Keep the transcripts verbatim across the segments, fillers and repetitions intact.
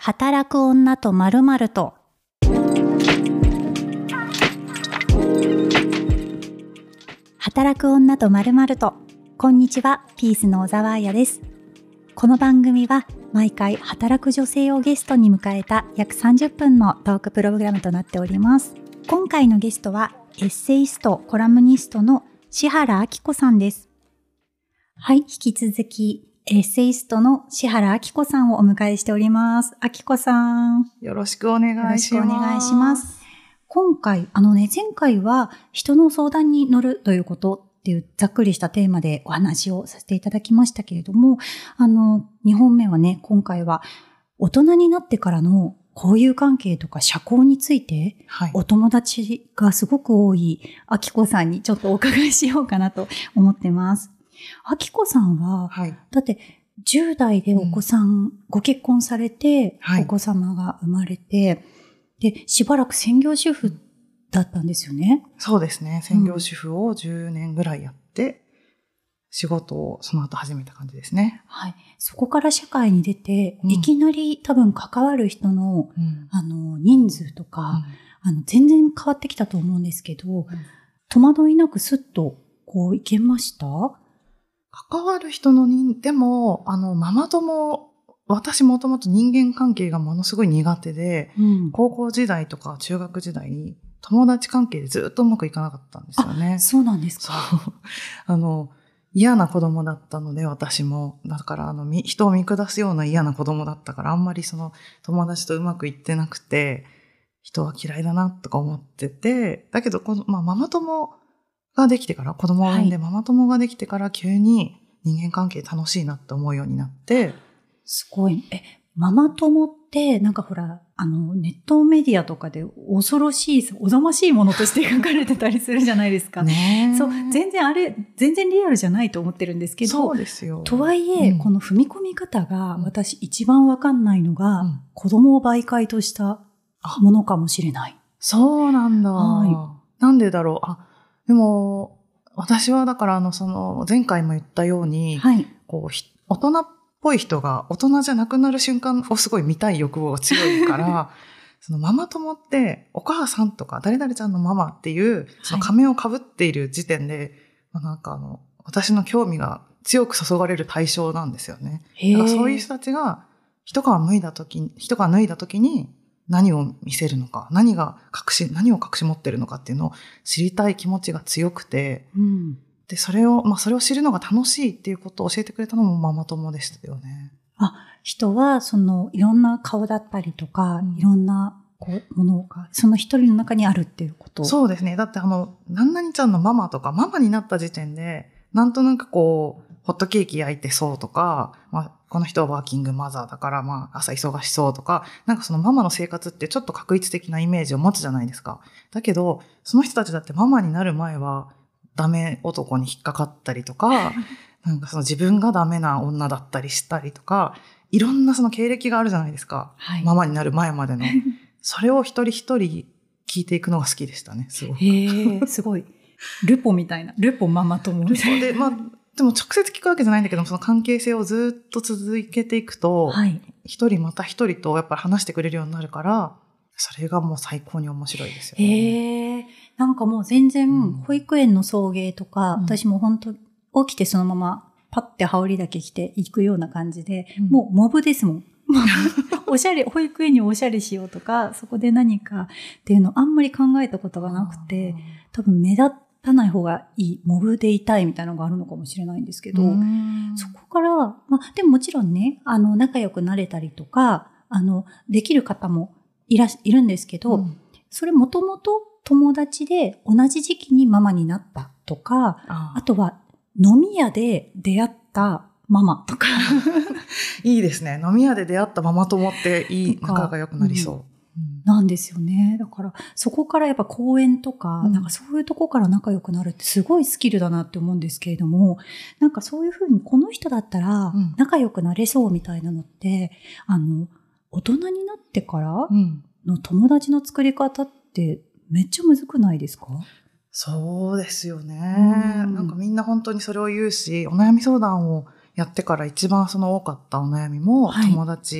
働く女と〇〇と。働く女と〇〇と。こんにちは、ピースの小沢彩です。この番組は毎回働く女性をゲストに迎えた約さんじゅっぷんのトークプログラムとなっております。今回のゲストはエッセイスト、コラムニストの志原明子さんです。はい、引き続きエッセイストの志原明子さんをお迎えしております。明子さん。 よろしくお願いします。 よろしくお願いします。今回、あのね、前回は人の相談に乗るということっていうざっくりしたテーマでお話をさせていただきましたけれども、あの、にほんめはね、今回は大人になってからの交友関係とか社交について、はい、お友達がすごく多い明子さんにちょっとお伺いしようかなと思ってます。明子さんは、はい、だってじゅう代でお子さん、うん、ご結婚されて、はい、お子様が生まれて、で、しばらく専業主婦だったんですよね。 そうですね。専業主婦をじゅうねんぐらいやって、うん、仕事をその後始めた感じですね。 はい。そこから社会に出て、うん、いきなり多分関わる人の、うん、あの、人数とか、うん、あの、全然変わってきたと思うんですけど、うん、戸惑いなくスッと、こう、いけました？ 関わる人の人、でも、あの、ママ友、私もともと人間関係がものすごい苦手で、うん、高校時代とか中学時代に友達関係でずっとうまくいかなかったんですよね。 あ、そうなんですか。 そう。あの、嫌な子供だったので、私も。だから、あの、人を見下すような嫌な子供だったから、あんまりその友達とうまくいってなくて、人は嫌いだなとか思ってて、だけど、この、まあ、ママ友ができてから、子供を産んでママ友ができてから急に人間関係楽しいなって思うようになって、 すごい。え、ママ友って、なんかほら、あの、ネットメディアとかで恐ろしい、おぞましいものとして書かれてたりするじゃないですか。 ね。 そう、全然あれ、全然リアルじゃないと思ってるんですけど。 そうですよ。 とはいえ、うん、この踏み込み方が、私一番わかんないのが、うん、子供を媒介としたものかもしれない。 そうなんだ。はい。なんでだろう。あ、でも、私はだから、あの、その、前回も言ったように、はい、こう、大人っぽい人が大人じゃなくなる瞬間をすごい見たい欲望が強いから、そのママ友ってお母さんとか誰々ちゃんのママっていうその仮面を被っている時点で、はい、まあ、なんかあの私の興味が強く注がれる対象なんですよね。だからそういう人たちが一皮脱いだ時に、一皮脱いだ時に何を見せるのか、何が隠し、何を隠し持ってるのかっていうのを知りたい気持ちが強くて、うん、で、それを、まあ、それを知るのが楽しいっていうことを教えてくれたのもママ友でしたよね。 あ、人は、その、いろんな顔だったりとか、うん、いろんな、こう、ものが、その一人の中にあるっていうこと。 そうですね。だって、あの、何々ちゃんのママとか、ママになった時点で、なんとなくこう、ホットケーキ焼いてそうとか、まあ、この人はワーキングマザーだから、まあ、朝忙しそうとか、なんかそのママの生活ってちょっと画一的なイメージを持つじゃないですか。だけど、その人たちだってママになる前は、ダメ男に引っかかったりとか、なんかその自分がダメな女だったりしたりとか、いろんなその経歴があるじゃないですか。はい、ママになる前までの。それを一人一人聞いていくのが好きでしたね、すごく。 へー、すごい。ルポみたいな。ルポママ友みたいな。 で、まあ、でも直接聞くわけじゃないんだけど、その関係性をずっと続けていくと、はい、一人また一人とやっぱり話してくれるようになるから、それがもう最高に面白いですよね。 へー。なんかもう全然保育園の送迎とか、うん、私も本当起きてそのままパッて羽織だけ着て行くような感じで、うん、もうモブですもん。おしゃれ、保育園におしゃれしようとか、そこで何かっていうのをあんまり考えたことがなくて、多分目立たない方がいい、モブでいたいみたいなのがあるのかもしれないんですけど、そこから、まあでももちろんね、あの仲良くなれたりとか、あの、できる方もいら、いるんですけど、うん、それもともと友達で同じ時期にママになったとか、あ, あとは飲み屋で出会ったママとか。 いいですね。飲み屋で出会ったママ友っていい、仲が良くなりそう。うん、 なんですよね。だから、そこからやっぱ公園とか、うん、なんかそういうとこから仲良くなるってすごいスキルだなって思うんですけれども、なんかそういうふうにこの人だったら仲良くなれそうみたいなのって、うん、あの、大人になってからの友達の作り方ってめっちゃむずくないですか？ そうですよね。なんかみんな本当にそれを言うし、お悩み相談をやってから一番その多かったお悩みも、はい、友達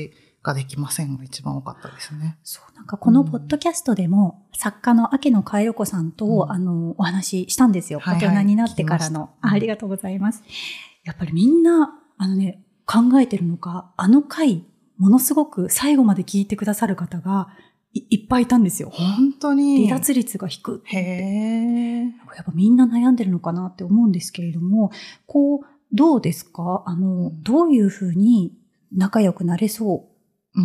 ができませんが一番多かったですね。 そう、なんかこのポッドキャストでも、うん、作家の明野かよこさんと、うん、あの、お話ししたんですよ。はいはい、大人になってからの、あ。ありがとうございます。やっぱりみんな、あのね、考えてるのか、あの回、ものすごく最後まで聞いてくださる方がい、いっぱいいたんですよ。 本当に。 離脱率が低く。 へー。 やっぱみんな悩んでるのかなって思うんですけれども、こう、どうですか？あの、うん、どういうふうに仲良くなれそう、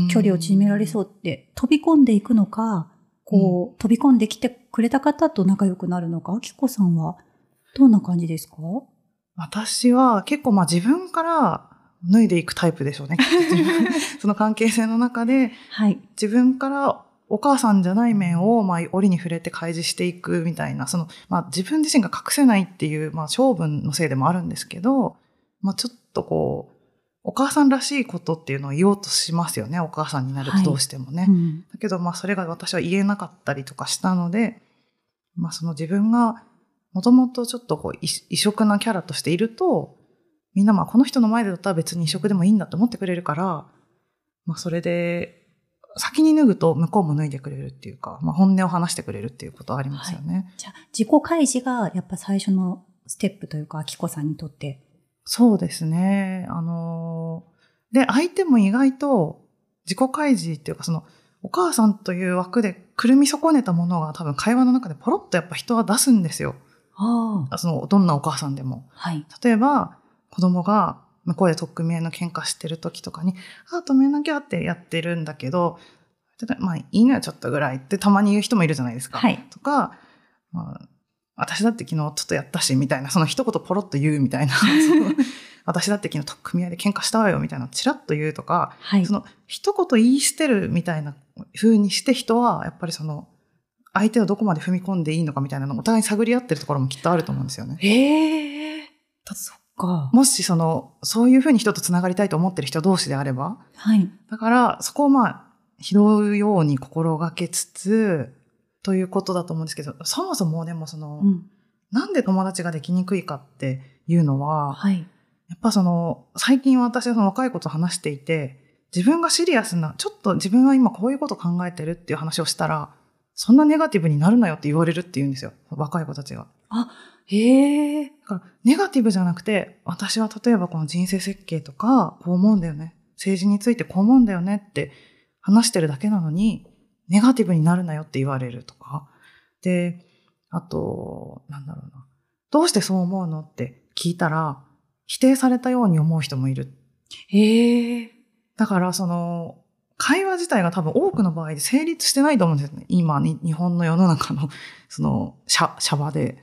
距離を縮められそうって飛び込んでいくのか、こう、うん、飛び込んできてくれた方と仲良くなるのか、あきこさんはどんな感じですか？ 私は結構まあ自分から脱いでいくタイプでしょうね。その関係性の中で、はい、自分からお母さんじゃない面をまあ折に触れて開示していくみたいな、そのまあ自分自身が隠せないっていうまあ性分のせいでもあるんですけど、まあちょっとこうお母さんらしいことっていうのを言おうとしますよね。お母さんになるとどうしてもね。はいうん、だけどまあそれが私は言えなかったりとかしたので、まあその自分がもともとちょっとこう異色なキャラとしていると、みんなまあこの人の前でだったら別に異色でもいいんだって思ってくれるから、まあそれで先に脱ぐと向こうも脱いでくれるっていうか、まあ本音を話してくれるっていうことはありますよね。はい、 じゃあ自己開示がやっぱ最初のステップというか、あきこさんにとって。 そうですね。あの、で、相手も意外と自己開示っていうか、そのお母さんという枠でくるみ損ねたものが多分会話の中でポロッとやっぱ人は出すんですよ。ああ。そのどんなお母さんでも。はい。例えば、子供が向こうで取っ組み合いの喧嘩してる時とかに、あ、止めなきゃってやってるんだけど、まあいいのよちょっとぐらいってたまに言う人もいるじゃないですか。はい。とか、まあ、私だって昨日ちょっとやったし、みたいな、その一言ポロッと言うみたいな、私だって昨日取っ組み合いで喧嘩したわよみたいな、チラッと言うとか、はい。その一言言い捨てるみたいな風にして人は、やっぱりその、相手をどこまで踏み込んでいいのかみたいなのをお互いに探り合ってるところもきっとあると思うんですよね。 へえ。そっか。 もしその、そういうふうに人と繋がりたいと思ってる人同士であれば。はい。だから、そこをまあ、拾うように心がけつつ、ということだと思うんですけど、そもそもでもその、うん、なんで友達ができにくいかっていうのは、はい。やっぱその、最近私はその若い子と話していて、自分がシリアスな、ちょっと自分は今こういうこと考えてるっていう話をしたら、そんなネガティブになるなよって言われるって言うんですよ。若い子たちが。 あ、へえ。 だからネガティブじゃなくて、私は例えばこの人生設計とか、こう思うんだよね。政治についてこう思うんだよねって話してるだけなのに、ネガティブになるなよって言われるとか。で、あと、なんだろうな。どうしてそう思うのって聞いたら、否定されたように思う人もいる。 へえ。 だからその、会話自体が多分多くの場合で成立してないと思うんですよね。今に、日本の世の中の、その、シャ、シャバで。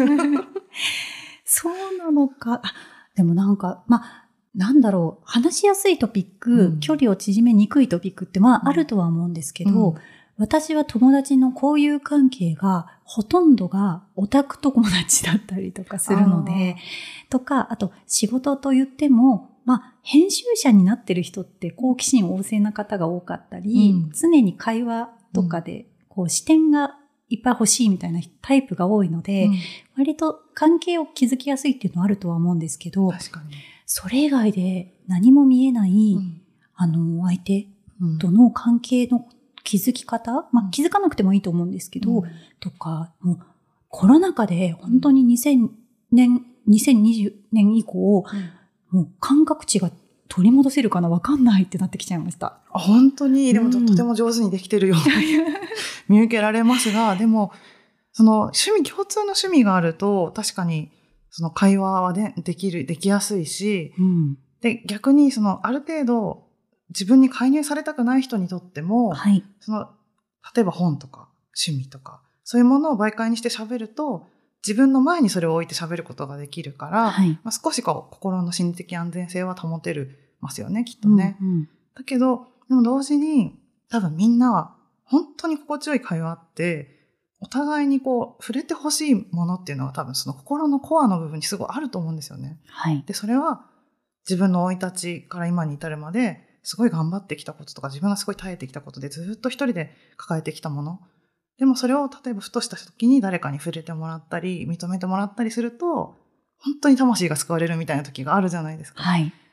そうなのか。あ、でもなんか、まあ、なんだろう。話しやすいトピック、うん、距離を縮めにくいトピックってまあ、あるとは思うんですけど、うん、私は友達の交友関係が、ほとんどがオタク友達だったりとかするので、とか、あと仕事と言っても、まあ、編集者になってる人って好奇心旺盛な方が多かったり、うん、常に会話とかで、こう視点がいっぱい欲しいみたいなタイプが多いので、うん、割と関係を築きやすいっていうのはあるとは思うんですけど、 確かにそれ以外で何も見えない、うん、あの、相手との関係の築き方、まあ、気づかなくてもいいと思うんですけど、うん、とか、もうコロナ禍で本当ににせんねん、にせんにじゅうねん以降、うんもう感覚値が取り戻せるかなわかんないってなってきちゃいました。 本当に、でも、うん、とても上手にできてるように見受けられますが、でも、その趣味、共通の趣味があると、確かにその会話はで、できる、できやすいし、うん、で、逆にそのある程度自分に介入されたくない人にとっても、はい、その、例えば本とか趣味とか、そういうものを媒介にして喋ると、自分の前にそれを置いて喋ることができるから、はいまあ、少しこう心の心理的安全性は保てるますよね、きっとね。うんうん、だけど、でも同時に多分みんなは本当に心地よい会話って、お互いにこう触れてほしいものっていうのが多分その心のコアの部分にすごいあると思うんですよね。はい、で、それは自分の生い立ちから今に至るまですごい頑張ってきたこととか自分がすごい耐えてきたことでずっと一人で抱えてきたもの。でもそれを例えばふとした時に誰かに触れてもらったり認めてもらったりすると本当に魂が救われるみたいな時があるじゃないですか。はい、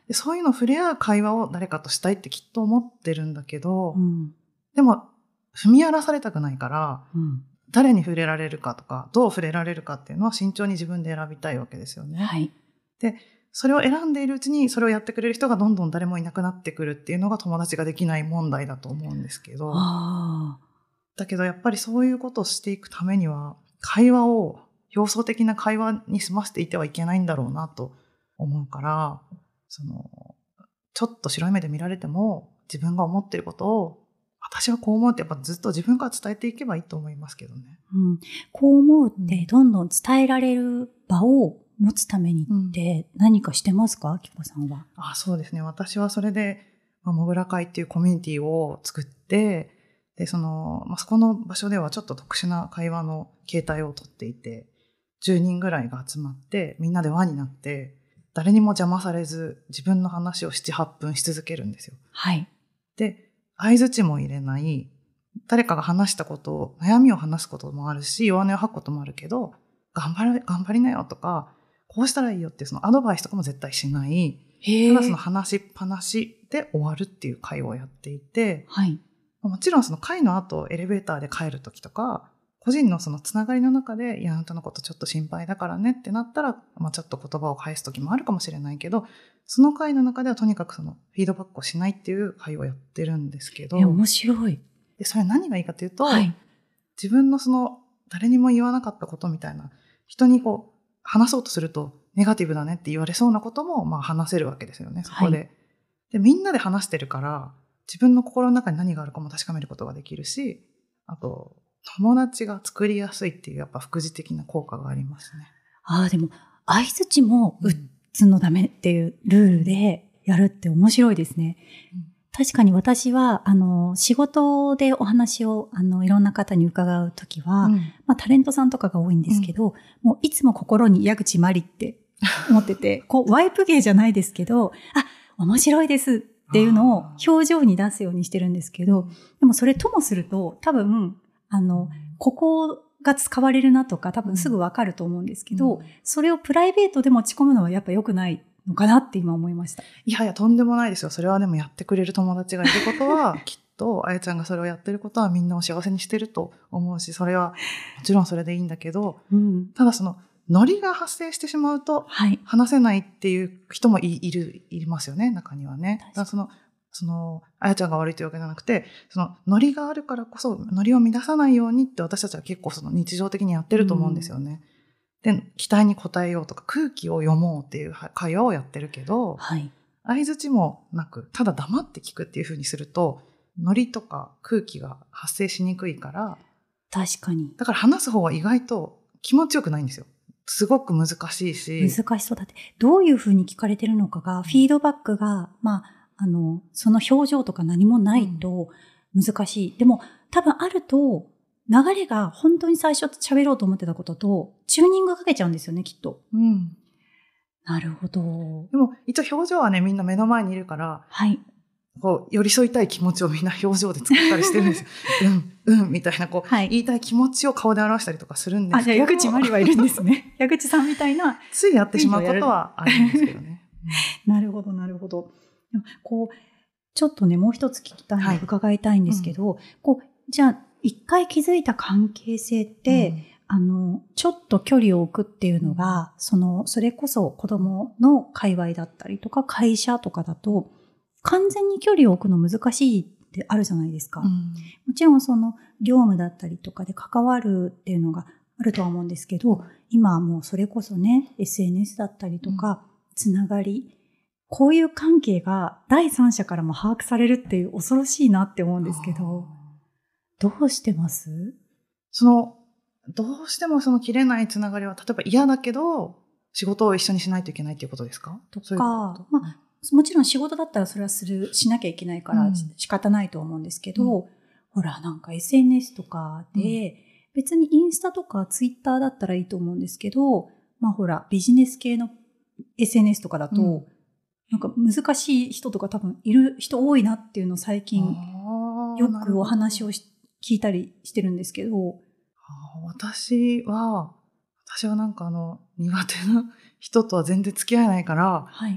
でそういうのを触れ合う会話を誰かとしたいってきっと思ってるんだけど、 うん、 でも踏み荒らされたくないから、 うん、 誰に触れられるかとかどう触れられるかっていうのは慎重に自分で選びたいわけですよね。 はい、 でそれを選んでいるうちにそれをやってくれる人がどんどん誰もいなくなってくるっていうのが友達ができない問題だと思うんですけど、 あだけどやっぱりそういうことをしていくためには会話を表層的な会話に済ませていてはいけないんだろうなと思うから、そのちょっと白い目で見られても自分が思っていることを私はこう思うってやっぱずっと自分から伝えていけばいいと思いますけどね。 うん、こう思うってどんどん伝えられる場を持つためにって何かしてますか、きこさんは。 あ、そうですね。私はそれで、まあ、もぐら会っていうコミュニティを作って、で、その、まあ、そこの場所ではちょっと特殊な会話の形態をとっていて、じゅうにんぐらいが集まって、みんなで輪になって、誰にも邪魔されず、自分の話をなな、はっぷんし続けるんですよ。 はい。 で、相槌も入れない、誰かが話したことを、悩みを話すこともあるし、弱音を吐くこともあるけど、頑張れ、頑張りなよとか、こうしたらいいよっていうそのアドバイスとかも絶対しない。ただその話しっぱなしで終わるっていう会をやっていて、 はい。 もちろんその会の後エレベーターで帰るときとか、個人のそのつながりの中で、いや、あなたのことちょっと心配だからねってなったら、まあちょっと言葉を返すときもあるかもしれないけど、その会の中ではとにかくそのフィードバックをしないっていう会をやってるんですけど。 え、面白い。 で、それは何がいいかというと、 はい、 自分のその誰にも言わなかったことみたいな、人にこう話そうとするとネガティブだねって言われそうなこともまあ話せるわけですよね、そこで。はい、で、みんなで話してるから、自分の心の中に何があるかも確かめることができるし、あと、友達が作りやすいっていうやっぱ副次的な効果がありますね。 ああ、でも、相槌も打つのダメっていうルールでやるって面白いですね。うん、確かに私は、あの、仕事でお話を、あの、いろんな方に伺うときは、うん、まあ、タレントさんとかが多いんですけど、うん、もういつも心に矢口まりって思ってて、こう、ワイプ芸じゃないですけど、あ、面白いですっていうのを表情に出すようにしてるんですけど、でもそれともすると、多分、あの、ここが使われるなとか多分すぐわかると思うんですけど、うん、それをプライベートで持ち込むのはやっぱ良くないのかなって今思いました。 いやいや、とんでもないですよ。それはでもやってくれる友達がいることは、きっと、あやちゃんがそれをやってることはみんなを幸せにしてると思うし、それはもちろんそれでいいんだけど、うん、ただその、ノリが発生してしまうと、話せないっていう人も い, いる、いますよね、中にはね。だからその、その、あやちゃんが悪いというわけじゃなくて、その、ノリがあるからこそ、ノリを乱さないようにって私たちは結構その日常的にやってると思うんですよね。うん、で、期待に応えようとか、空気を読もうっていう会話をやってるけど、はい、相槌もなく、ただ黙って聞くっていう風にすると、ノリとか空気が発生しにくいから、 確かに。 だから話す方は意外と気持ちよくないんですよ。すごく難しいし。 難しそうだって。どういう風に聞かれてるのかが、フィードバックが、まあ、あの、その表情とか何もないと難しい。うん、でも、多分あると、流れが本当に最初喋ろうと思ってたことと、チューニングかけちゃうんですよね、きっと。うん。なるほど。 でも、一応表情はね、みんな目の前にいるから、はい。こう、寄り添いたい気持ちをみんな表情で作ったりしてるんですよ。うん、うん、みたいな、こう、はい、言いたい気持ちを顔で表したりとかするんですけど。 あ、じゃあ、矢口まりはいるんですね。矢口さんみたいな。 ついやってしまうことはあるんですけどね。 なるほど、なるほど。こう、ちょっとね、もう一つ聞きたい、はい、伺いたいんですけど、うん、こう、じゃあ、一回築いた関係性って、うん、あの、ちょっと距離を置くっていうのが、その、それこそ子供の界隈だったりとか、会社とかだと、完全に距離を置くの難しいってあるじゃないですか。うん、もちろんその、業務だったりとかで関わるっていうのがあるとは思うんですけど、今はもうそれこそね、エスエヌエス だったりとか、つながり、こういう関係が第三者からも把握されるっていう恐ろしいなって思うんですけど、どうしてます？ その、どうしてもその切れないつながりは、例えば嫌だけど、仕事を一緒にしないといけないっていうことですか？ とか、そういうこと、まあ、もちろん仕事だったらそれはする、しなきゃいけないから仕方ないと思うんですけど、うん、ほら、なんか エスエヌエス とかで、うん、別にインスタとかツイッターだったらいいと思うんですけど、まあほら、ビジネス系の エスエヌエス とかだと、うん、なんか難しい人とか多分いる人多いなっていうのを最近よくお話をし聞いたりしてるんですけど。 私は、私はなんかあの苦手な人とは全然付き合えないから、はい、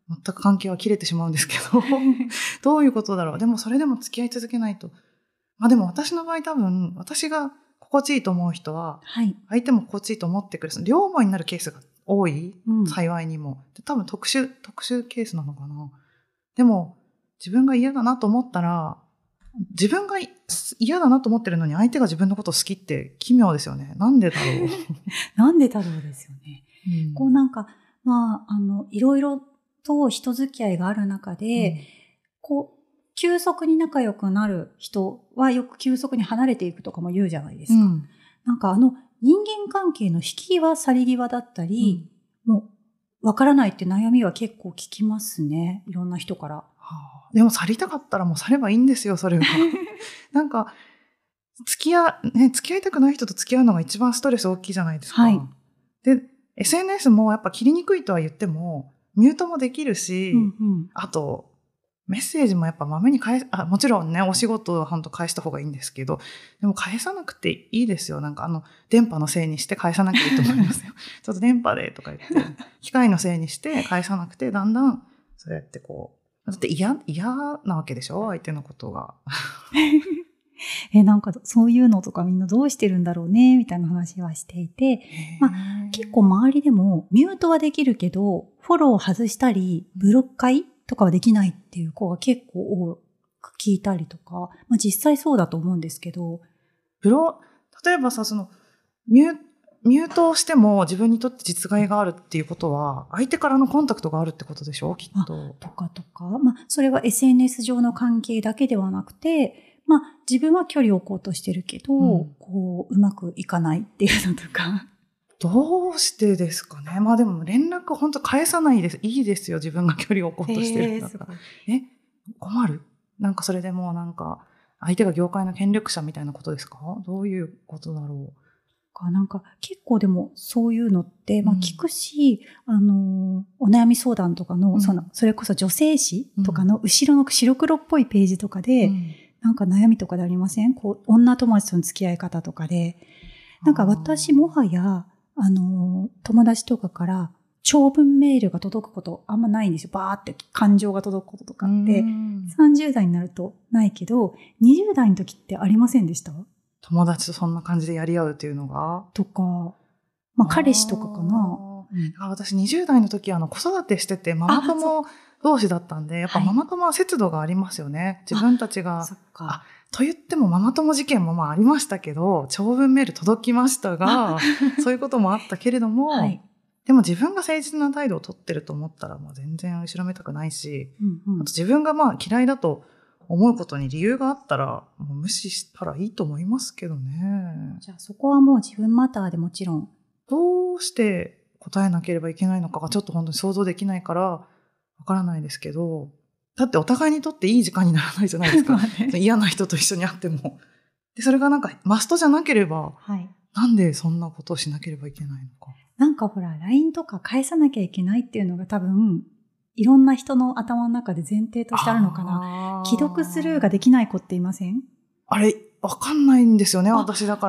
全く関係は切れてしまうんですけど、どういうことだろう。でもそれでも付き合い続けないと。まあでも私の場合多分、私が心地いいと思う人は、はい、相手も心地いいと思ってくれる。両思いになるケースが多い、うん、幸いにも。で多分特殊、特殊ケースなのかな。でも、自分が嫌だなと思ったら、自分が嫌だなと思ってるのに相手が自分のことを好きって奇妙ですよね。なんでだろう。 なんでだろうですよね。うん、こうなんか、まあ、あの、いろいろと人付き合いがある中で、うん、こう、急速に仲良くなる人はよく急速に離れていくとかも言うじゃないですか。うん、なんかあの人間関係の引き際去り際だったり、うん、もうわからないって悩みは結構聞きますね。いろんな人から。はあ、でも去りたかったらもう去ればいいんですよ、それは。なんか、付き合、ね、付き合いたくない人と付き合うのが一番ストレス大きいじゃないですか。はい、で、エスエヌエス もやっぱ切りにくいとは言っても、ミュートもできるし、うんうん、あと、メッセージもやっぱまめに返す、あ、もちろんね、お仕事は本当返した方がいいんですけど、でも返さなくていいですよ。なんかあの、電波のせいにして返さなきゃいいと思いますよ。ちょっと電波でとか言って、機械のせいにして返さなくて、だんだん、そうやってこう、だって嫌、嫌なわけでしょ？相手のことが。 え、なんかそういうのとかみんなどうしてるんだろうね、みたいな話はしていて、まあ結構周りでもミュートはできるけど、フォローを外したり、ブロック解とかはできないっていう子が結構多く聞いたりとか、まあ実際そうだと思うんですけど。 ブロ、例えばさ、その、ミュ、ミュートをしても自分にとって実害があるっていうことは、相手からのコンタクトがあるってことでしょ？きっと。 とかとか。まあそれは エスエヌエス 上の関係だけではなくて、まあ自分は距離を置こうとしてるけど、うん、こう、うまくいかないっていうのとか。 どうしてですかね。まあでも連絡本当返さないです。いいですよ。自分が距離を置こうとしてるんだったら。えー、え困る？なんかそれでもうなんか相手が業界の権力者みたいなことですか？どういうことだろう。 かなんか結構でもそういうのって、まあ聞くし、うん、あの、お悩み相談とかの、うん、その、それこそ女性誌とかの後ろの白黒っぽいページとかで、うん、なんか悩みとかでありません？こう、女友達との付き合い方とかで、なんか私もはや、あの、友達とかから長文メールが届くことあんまないんですよ。バーって感情が届くこととかって、さんじゅう代になるとないけど、にじゅう代の時ってありませんでした？ 友達とそんな感じでやり合うっていうのがとか、まあ彼氏とかかな。 うん、私にじゅう代の時あの子育てしててママ友同士だったんで、やっぱママ友は節度がありますよね。はい、自分たちが。そっか。あと言ってもママ友事件もまあありましたけど、長文メール届きましたが、そういうこともあったけれども、はい、でも自分が誠実な態度を取ってると思ったらもう全然後ろめたくないし、うんうん、あと自分がまあ嫌いだと思うことに理由があったらもう無視したらいいと思いますけどね。 じゃあそこはもう自分マターでもちろん。 どうして答えなければいけないのかがちょっと本当に想像できないからわからないですけど、だってお互いにとっていい時間にならないじゃないですか。ね、嫌な人と一緒に会っても。で、それがなんかマストじゃなければ、はい、なんでそんなことをしなければいけないのか。 なんかほら、ライン とか返さなきゃいけないっていうのが多分、いろんな人の頭の中で前提としてあるのかな。既読スルーができない子っていません？ あれ、わかんないんですよね、私だから。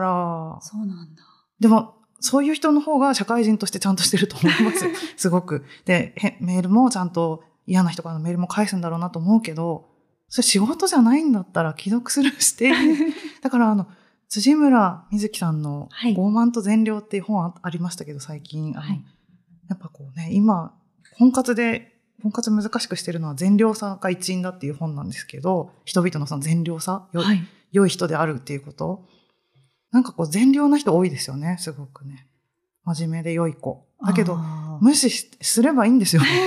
そうなんだ。 でも、そういう人の方が社会人としてちゃんとしてると思います。すごく。で、メールもちゃんと嫌な人からのメールも返すんだろうなと思うけど、それ仕事じゃないんだったら既読スルーして。だからあの、辻村瑞希さんの傲慢と善良っていう本ありましたけど、最近。あの、はい、やっぱこうね、今、婚活で、婚活難しくしてるのは善良さが一因だっていう本なんですけど、人々のその善良さ、良い、はい、良い人であるっていうこと。なんかこう善良な人多いですよね、すごくね。真面目で良い子。だけど、無視すればいいんですよね。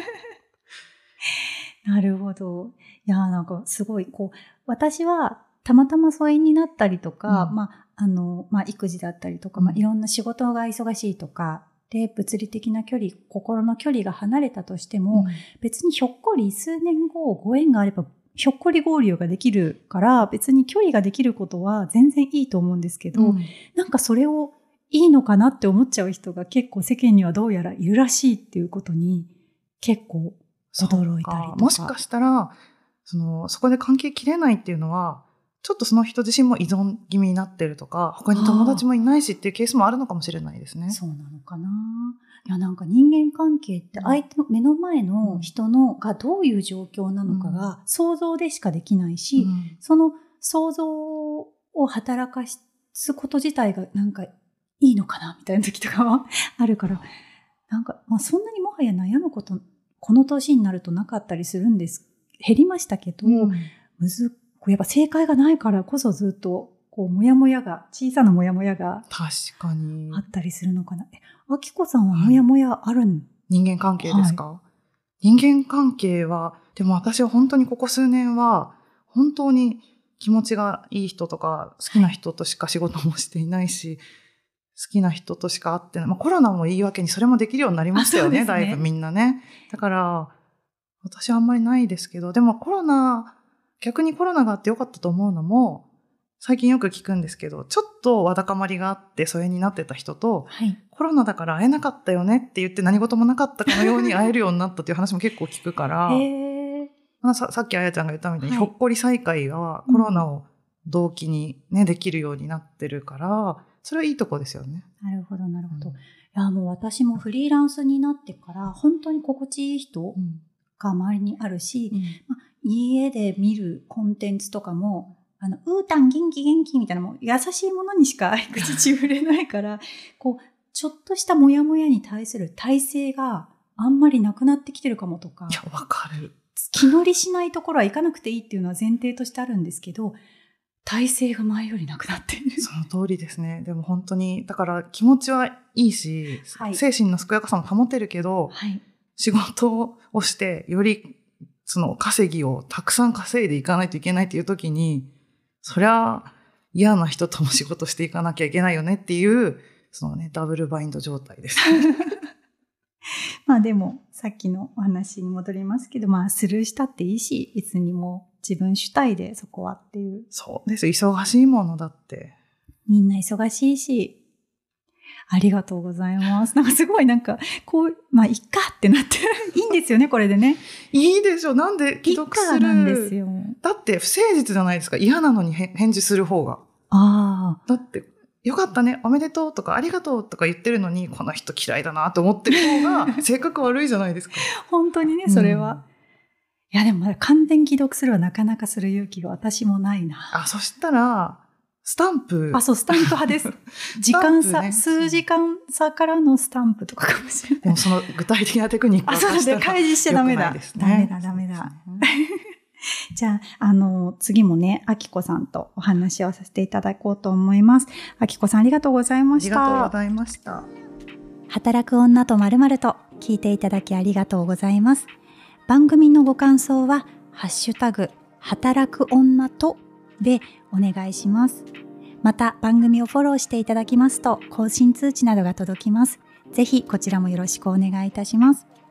なるほど。いや、なんかすごい、こう、私はたまたま疎遠になったりとか、うん、まあ、あの、まあ、育児だったりとか、まあ、いろんな仕事が忙しいとか、で、物理的な距離、心の距離が離れたとしても、うん、別にひょっこり数年後、ご縁があれば、ひょっこり合流ができるから、別に距離ができることは全然いいと思うんですけど、うん、なんかそれをいいのかなって思っちゃう人が結構世間にはどうやらいるらしいっていうことに結構驚いたりとか。 もしかしたら、その、そこで関係切れないっていうのは、 ちょっとその人自身も依存気味になってるとか、他に友達もいないしっていうケースもあるのかもしれないですね。 そうなのかな。いや、なんか人間関係って相手の目の前の人のがどういう状況なのかが想像でしかできないし、うん、その想像を働かすこと自体がなんかいいのかなみたいな時とかはあるから、なんか、まあ、そんなにもはや悩むことこの年になるとなかったりするんです。減りましたけど、うん、むずやっぱ正解がないからこそずっとこうモヤモヤが小さなモヤモヤが確かにあったりするのかな。え、あきこさんはモヤモヤあるん、はい、 人間関係ですか、はい、人間関係はでも私は本当にここ数年は本当に気持ちがいい人とか好きな人としか仕事もしていないし、はい、好きな人としか会ってない、まあ、コロナも言い訳にそれもできるようになりましたよ ね, ねだいぶみんなね。だから私はあんまりないですけど、でもコロナ逆にコロナがあってよかったと思うのも最近よく聞くんですけど、ちょっとわだかまりがあって疎遠になってた人と、はい、コロナだから会えなかったよねって言って何事もなかったかのように会えるようになったっていう話も結構聞くからへさ, さっきあやちゃんが言ったみたいに、はい、ひょっこり再会はコロナを動機に、ね、できるようになってるからそれはいいとこですよね。 なるほどなるほど、うん、いやもう私もフリーランスになってから本当に心地いい人が周りにあるし、うんまあ、家で見るコンテンツとかもあのうーたん元気元気みたいなもう優しいものにしか口ちぶれないからこうちょっとしたモヤモヤに対する耐性があんまりなくなってきてるかもとか。 いやわかる。 気乗りしないところは行かなくていいっていうのは前提としてあるんですけど、耐性が前よりなくなっている。 その通りですね。でも本当にだから気持ちはいいし、はい、精神の健やかさも保てるけど、はい、仕事をしてよりその稼ぎをたくさん稼いでいかないといけないっていう時に、そりゃ嫌な人とも仕事していかなきゃいけないよねっていうそのねダブルバインド状態です。 まあでもさっきのお話に戻りますけど、まあスルーしたっていいし、別にもう自分主体でそこはっていう。 そうです。忙しいものだって。 みんな忙しいし。ありがとうございます。なんかすごいなんかこうまあいっかってなっていいんですよねこれでね。 いいでしょ。なんで既読する。 なんですよ。 だって不誠実じゃないですか。嫌なのに返事する方が。 ああ。 だってよかったね、おめでとうとかありがとうとか言ってるのに、この人嫌いだなと思ってる方が性格悪いじゃないですか。 本当にね、それは。うん、いやでも完全既読するはなかなかする勇気が私もないな。 あ、そしたら、スタンプ。 あ、そう、スタンプ派です。時間差、ね、数時間差からのスタンプとかかもしれない。 でもその具体的なテクニックは私で開示しちゃダメだ。ね、ダメだ、ダメだ。じゃあ、あの、次もね、あきこさんとお話をさせていただこうと思います。あきこさん、ありがとうございました。 ありがとうございました。 働く女と〇〇と聞いていただきありがとうございます。番組のご感想は、ハッシュタグ、働く女とでお願いします。また、番組をフォローしていただきますと、更新通知などが届きます。ぜひ、こちらもよろしくお願いいたします。